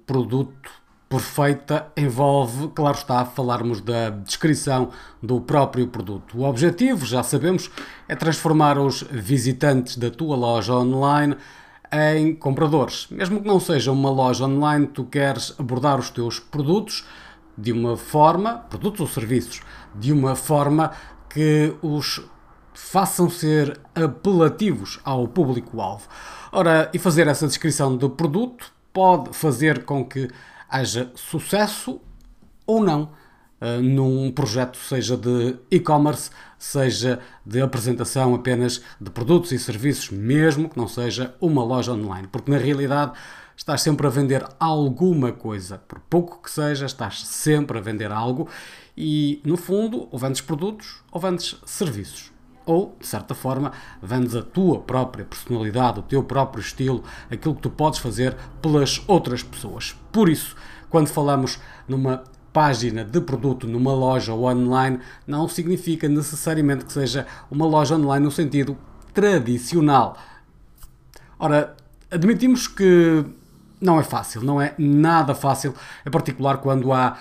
produto perfeita envolve, claro está, falarmos da descrição do próprio produto. O objetivo, já sabemos, é transformar os visitantes da tua loja online em compradores. Mesmo que não seja uma loja online, tu queres abordar os teus produtos de uma forma, produtos ou serviços, de uma forma que os façam ser apelativos ao público-alvo. Ora, e fazer essa descrição do produto pode fazer com que haja sucesso ou não num projeto, seja de e-commerce, seja de apresentação apenas de produtos e serviços, mesmo que não seja uma loja online. Porque na realidade estás sempre a vender alguma coisa. Por pouco que seja, estás sempre a vender algo e, no fundo, ou vendes produtos ou vendes serviços. Ou, de certa forma, vendes a tua própria personalidade, o teu próprio estilo, aquilo que tu podes fazer pelas outras pessoas. Por isso, quando falamos numa página de produto numa loja online, não significa necessariamente que seja uma loja online no sentido tradicional. Ora, admitimos que não é fácil, não é nada fácil, em particular quando há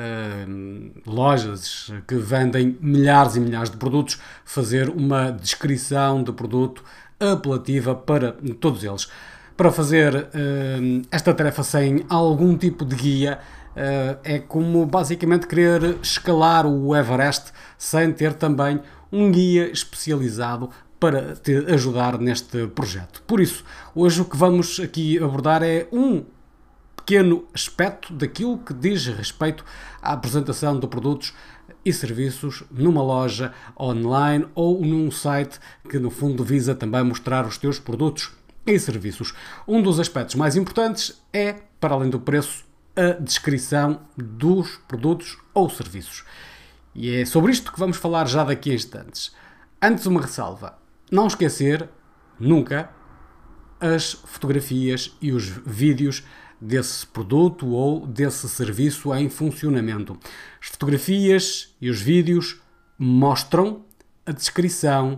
lojas que vendem milhares e milhares de produtos, fazer uma descrição de produto apelativa para todos eles. Para fazer esta tarefa sem algum tipo de guia, é como basicamente querer escalar o Everest sem ter também um guia especializado para te ajudar neste projeto. Por isso, hoje o que vamos aqui abordar é um pequeno aspecto daquilo que diz respeito à apresentação de produtos e serviços numa loja online ou num site que no fundo visa também mostrar os teus produtos e serviços. Um dos aspectos mais importantes é, para além do preço, a descrição dos produtos ou serviços. E é sobre isto que vamos falar já daqui a instantes. Antes, uma ressalva. Não esquecer, nunca, as fotografias e os vídeos desse produto ou desse serviço em funcionamento. As fotografias e os vídeos mostram, a descrição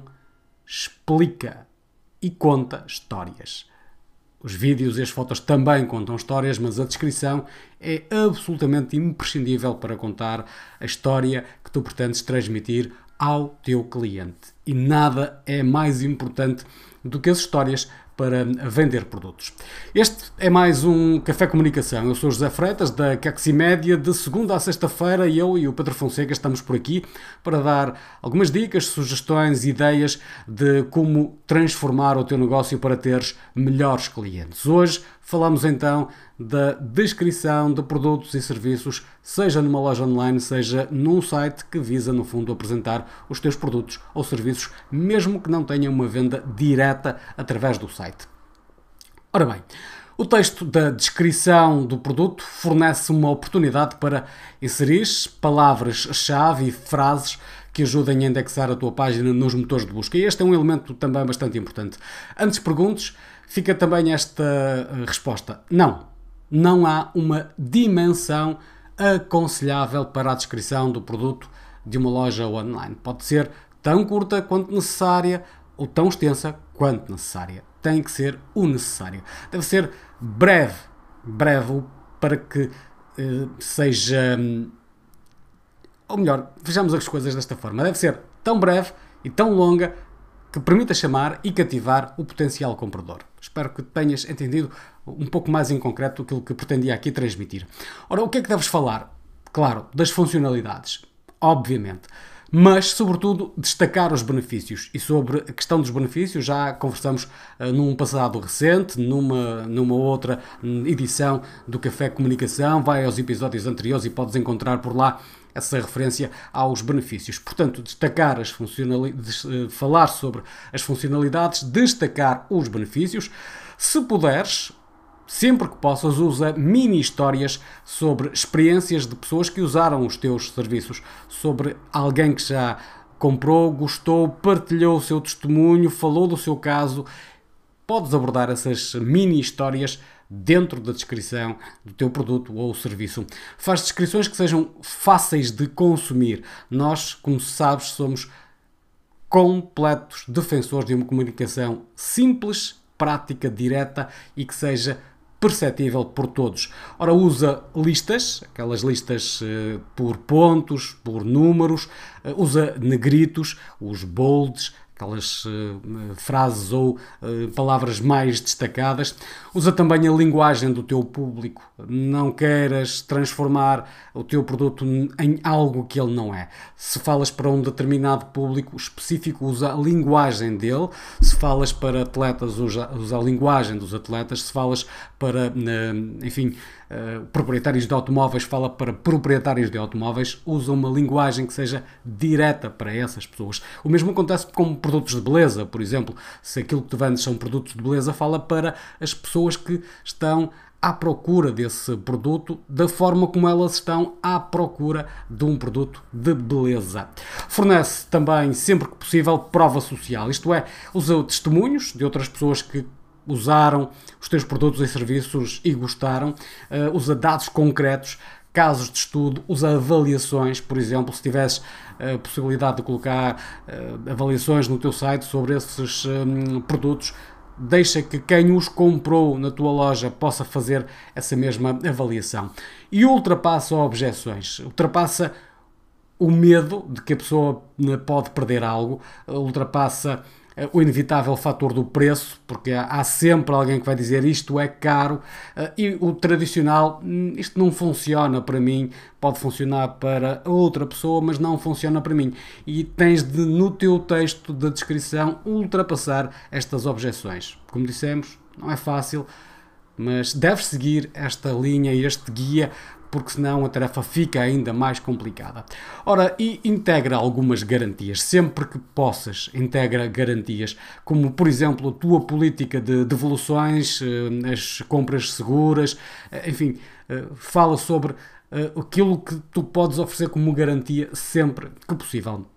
explica e conta histórias. Os vídeos e as fotos também contam histórias, mas a descrição é absolutamente imprescindível para contar a história que tu pretendes transmitir ao teu cliente. E nada é mais importante do que as histórias para vender produtos. Este é mais um Café Comunicação. Eu sou José Freitas, da Caximédia. De segunda a sexta-feira, eu e o Pedro Fonseca estamos por aqui para dar algumas dicas, sugestões, ideias de como transformar o teu negócio para teres melhores clientes. Hoje falamos então da descrição de produtos e serviços, seja numa loja online, seja num site que visa, no fundo, apresentar os teus produtos ou serviços, mesmo que não tenha uma venda direta através do site. Ora bem, o texto da descrição do produto fornece uma oportunidade para inserir palavras-chave e frases que ajudem a indexar a tua página nos motores de busca. E este é um elemento também bastante importante. Antes perguntes, fica também esta resposta. Não há uma dimensão aconselhável para a descrição do produto de uma loja online. Pode ser tão curta quanto necessária ou tão extensa quanto necessária. Tem que ser o necessário. Deve ser breve para que seja... Ou melhor, vejamos as coisas desta forma. Deve ser tão breve e tão longa que permita chamar e cativar o potencial comprador. Espero que tenhas entendido um pouco mais em concreto aquilo que pretendia aqui transmitir. Ora, o que é que deves falar? Claro, das funcionalidades, obviamente, mas, sobretudo, destacar os benefícios. E sobre a questão dos benefícios já conversamos num passado recente, numa outra edição do Café Comunicação. Vai aos episódios anteriores e podes encontrar por lá essa referência aos benefícios. Portanto, destacar as funcionalidades, falar sobre as funcionalidades, destacar os benefícios. Se puderes, sempre que possas, usa mini-histórias sobre experiências de pessoas que usaram os teus serviços, sobre alguém que já comprou, gostou, partilhou o seu testemunho, falou do seu caso. Podes abordar essas mini-histórias dentro da descrição do teu produto ou serviço. Faz descrições que sejam fáceis de consumir. Nós, como sabes, somos completos defensores de uma comunicação simples, prática, direta e que seja perceptível por todos. Ora, usa listas, aquelas listas por pontos, por números, usa negritos, os bolds, aquelas frases ou palavras mais destacadas. Usa também a linguagem do teu público. Não queiras transformar o teu produto em algo que ele não é. Se falas para um determinado público específico, usa a linguagem dele. Se falas para atletas, usa a linguagem dos atletas. Se falas para, enfim, proprietários de automóveis, fala para proprietários de automóveis. Usa uma linguagem que seja direta para essas pessoas. O mesmo acontece com produtos de beleza, por exemplo. Se aquilo que tu vendes são produtos de beleza, fala para as pessoas que estão à procura desse produto da forma como elas estão à procura de um produto de beleza. Fornece também, sempre que possível, prova social, isto é, usa testemunhos de outras pessoas que usaram os teus produtos e serviços e gostaram, usa dados concretos, casos de estudo, usa avaliações, por exemplo, se tivesse a possibilidade de colocar avaliações no teu site sobre esses produtos, deixa que quem os comprou na tua loja possa fazer essa mesma avaliação. E ultrapassa objeções, ultrapassa o medo de que a pessoa pode perder algo, ultrapassa o inevitável fator do preço, porque há sempre alguém que vai dizer isto é caro, e o tradicional, isto não funciona para mim, pode funcionar para outra pessoa, mas não funciona para mim. E tens de, no teu texto de descrição, ultrapassar estas objeções. Como dissemos, não é fácil, mas deves seguir esta linha e este guia, porque senão a tarefa fica ainda mais complicada. Ora, e integra algumas garantias, sempre que possas, integra garantias, como por exemplo a tua política de devoluções, as compras seguras, enfim, fala sobre aquilo que tu podes oferecer como garantia sempre que possível.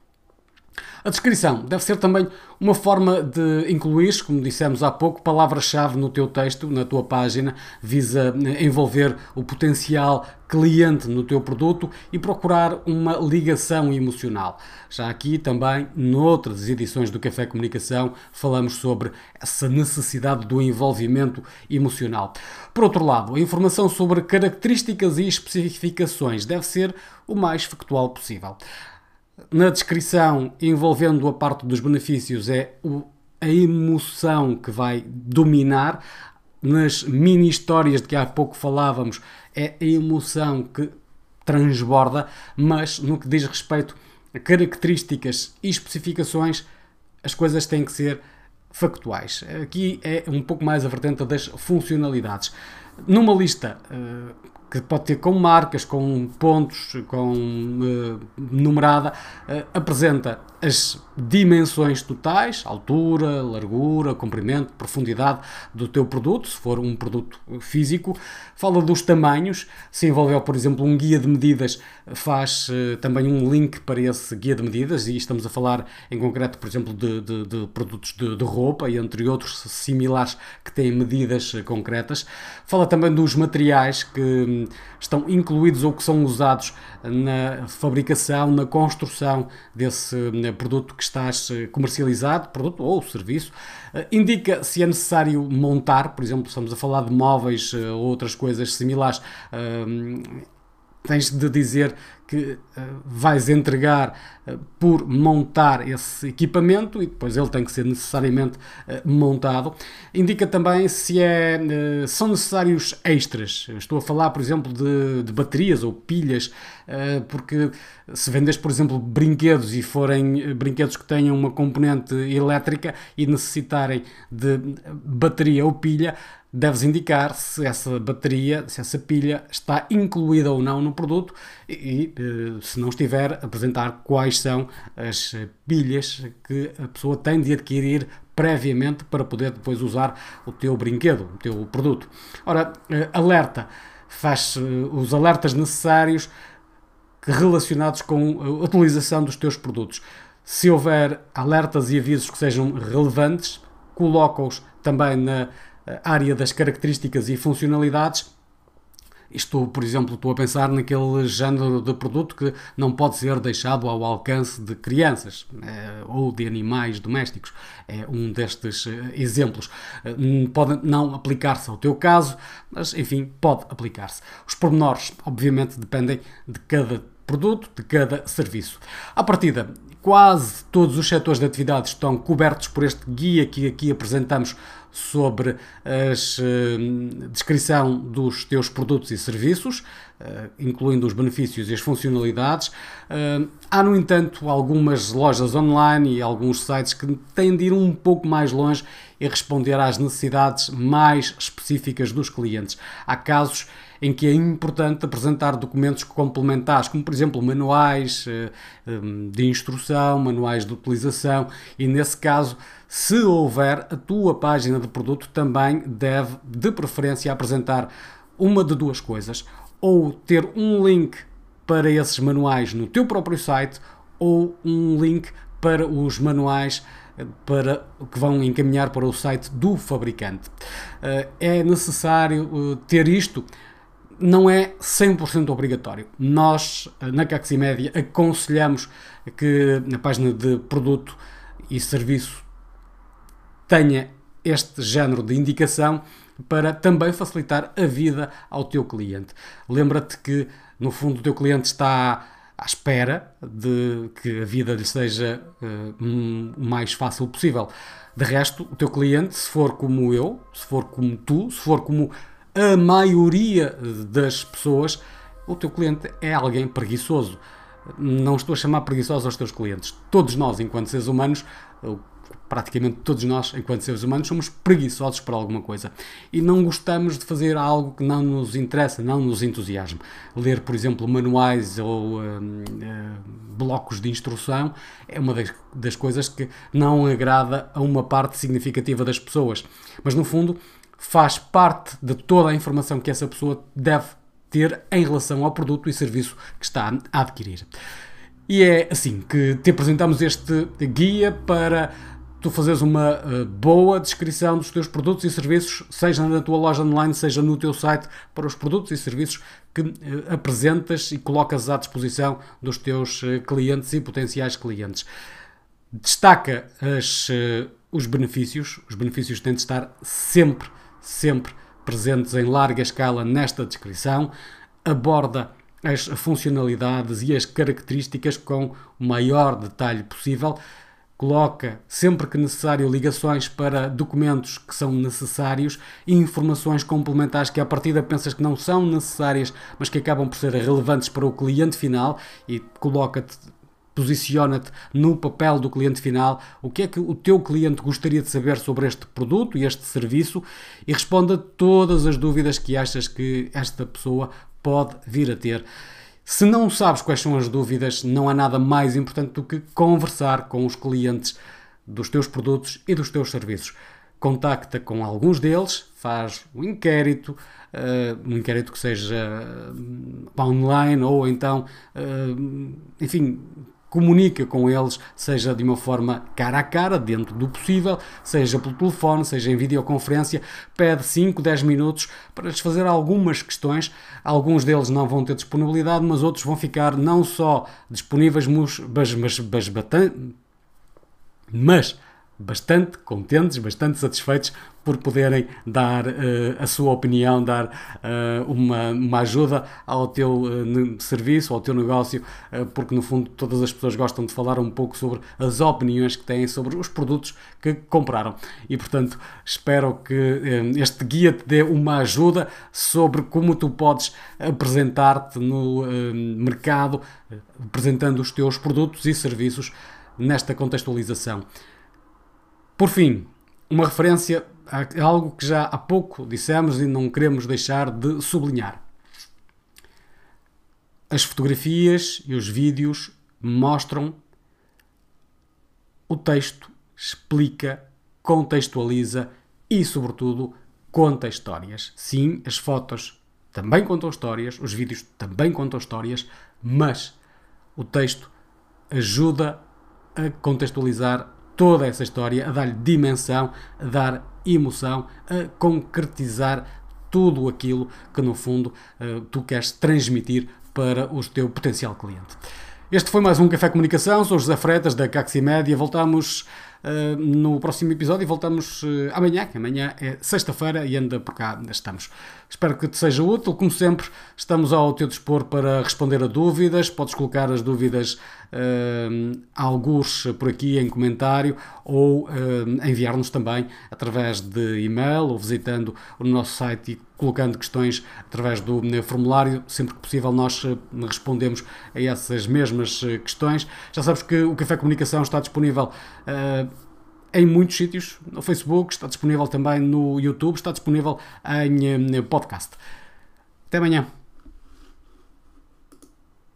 A descrição deve ser também uma forma de incluir, como dissemos há pouco, palavras-chave no teu texto, na tua página, visa envolver o potencial cliente no teu produto e procurar uma ligação emocional. Já aqui também, noutras edições do Café Comunicação, falamos sobre essa necessidade do envolvimento emocional. Por outro lado, a informação sobre características e especificações deve ser o mais factual possível. Na descrição, envolvendo a parte dos benefícios, é a emoção que vai dominar. Nas mini histórias de que há pouco falávamos, é a emoção que transborda, mas no que diz respeito a características e especificações, as coisas têm que ser factuais. Aqui é um pouco mais a vertente das funcionalidades. Numa lista que pode ter com marcas, com pontos, com numerada, apresenta as dimensões totais, altura, largura, comprimento, profundidade do teu produto, se for um produto físico. Fala dos tamanhos, se envolver, por exemplo, um guia de medidas, faz também um link para esse guia de medidas, e estamos a falar em concreto, por exemplo, de produtos de roupa, e entre outros similares que têm medidas concretas. Fala também dos materiais que estão incluídos ou que são usados na fabricação, na construção desse produto que estás comercializado, produto ou serviço. Indica se é necessário montar, por exemplo, estamos a falar de móveis ou outras coisas similares, tens de dizer que vais entregar por montar esse equipamento e depois ele tem que ser necessariamente montado. Indica também se são necessários extras. Eu estou a falar, por exemplo, de baterias ou pilhas, porque se vendes, por exemplo, brinquedos e forem brinquedos que tenham uma componente elétrica e necessitarem de bateria ou pilha, deves indicar se essa bateria, se essa pilha está incluída ou não no produto e se não estiver, apresentar quais são as pilhas que a pessoa tem de adquirir previamente para poder depois usar o teu brinquedo, o teu produto. Ora, alerta, faz os alertas necessários relacionados com a utilização dos teus produtos. Se houver alertas e avisos que sejam relevantes, coloca-os também na área das características e funcionalidades Por exemplo, estou a pensar naquele género de produto que não pode ser deixado ao alcance de crianças ou de animais domésticos. É um destes exemplos. Pode não aplicar-se ao teu caso, mas, enfim, pode aplicar-se. Os pormenores, obviamente, dependem de cada produto, de cada serviço. À partida, quase todos os setores de atividade estão cobertos por este guia que aqui apresentamos sobre a descrição dos teus produtos e serviços, incluindo os benefícios e as funcionalidades. Há, no entanto, algumas lojas online e alguns sites que têm de ir um pouco mais longe e responder às necessidades mais específicas dos clientes. Há casos em que é importante apresentar documentos complementares, como por exemplo manuais de instrução, manuais de utilização, e nesse caso, se houver, a tua página de produto também deve, de preferência, apresentar uma de duas coisas: ou ter um link para esses manuais no teu próprio site, ou um link para os manuais que vão encaminhar para o site do fabricante. É necessário ter isto. Não é 100% obrigatório. Nós, na Caximédia, aconselhamos que a página de produto e serviço tenha este género de indicação para também facilitar a vida ao teu cliente. Lembra-te que, no fundo, o teu cliente está à espera de que a vida lhe seja o mais fácil possível. De resto, o teu cliente, se for como eu, se for como tu, se for como a maioria das pessoas, o teu cliente é alguém preguiçoso. Não estou a chamar preguiçosos aos teus clientes. Todos nós, enquanto seres humanos, praticamente todos nós, enquanto seres humanos, somos preguiçosos por alguma coisa. E não gostamos de fazer algo que não nos interessa, não nos entusiasma. Ler, por exemplo, manuais ou blocos de instrução é uma das coisas que não agrada a uma parte significativa das pessoas. Mas, no fundo, faz parte de toda a informação que essa pessoa deve ter em relação ao produto e serviço que está a adquirir. E é assim que te apresentamos este guia para tu fazeres uma boa descrição dos teus produtos e serviços, seja na tua loja online, seja no teu site, para os produtos e serviços que apresentas e colocas à disposição dos teus clientes e potenciais clientes. Destaca os benefícios. Os benefícios têm de estar sempre presentes em larga escala nesta descrição. Aborda as funcionalidades e as características com o maior detalhe possível. Coloca, sempre que necessário, ligações para documentos que são necessários e informações complementares que à partida pensas que não são necessárias, mas que acabam por ser relevantes para o cliente final, e posiciona-te no papel do cliente final. O que é que o teu cliente gostaria de saber sobre este produto e este serviço, e responde a todas as dúvidas que achas que esta pessoa pode vir a ter. Se não sabes quais são as dúvidas, não há nada mais importante do que conversar com os clientes dos teus produtos e dos teus serviços. Contacta com alguns deles, faz um inquérito que seja online, ou então, enfim, comunica com eles, seja de uma forma cara a cara, dentro do possível, seja pelo telefone, seja em videoconferência. Pede 5, 10 minutos para lhes fazer algumas questões. Alguns deles não vão ter disponibilidade, mas outros vão ficar não só disponíveis, mas bastante contentes, bastante satisfeitos por poderem dar a sua opinião, dar uma ajuda ao teu serviço, ao teu negócio, porque no fundo todas as pessoas gostam de falar um pouco sobre as opiniões que têm sobre os produtos que compraram. E portanto espero que este guia te dê uma ajuda sobre como tu podes apresentar-te no mercado, apresentando os teus produtos e serviços nesta contextualização. Por fim, uma referência a algo que já há pouco dissemos e não queremos deixar de sublinhar. As fotografias e os vídeos mostram, o texto explica, contextualiza e, sobretudo, conta histórias. Sim, as fotos também contam histórias, os vídeos também contam histórias, mas o texto ajuda a contextualizar toda essa história, a dar-lhe dimensão, a dar emoção, a concretizar tudo aquilo que no fundo tu queres transmitir para o teu potencial cliente. Este foi mais um Café Comunicação, sou José Freitas da Caximédia. Voltamos no próximo episódio e voltamos amanhã, que amanhã é sexta-feira e ainda por cá estamos. Espero que te seja útil. Como sempre, estamos ao teu dispor para responder a dúvidas. Podes colocar as dúvidas algures por aqui em comentário ou enviar-nos também através de e-mail ou visitando o nosso site e colocando questões através do formulário. Sempre que possível nós respondemos a essas mesmas questões. Já sabes que o Café Comunicação está disponível em muitos sítios, no Facebook, está disponível também no YouTube, está disponível em podcast. Até amanhã.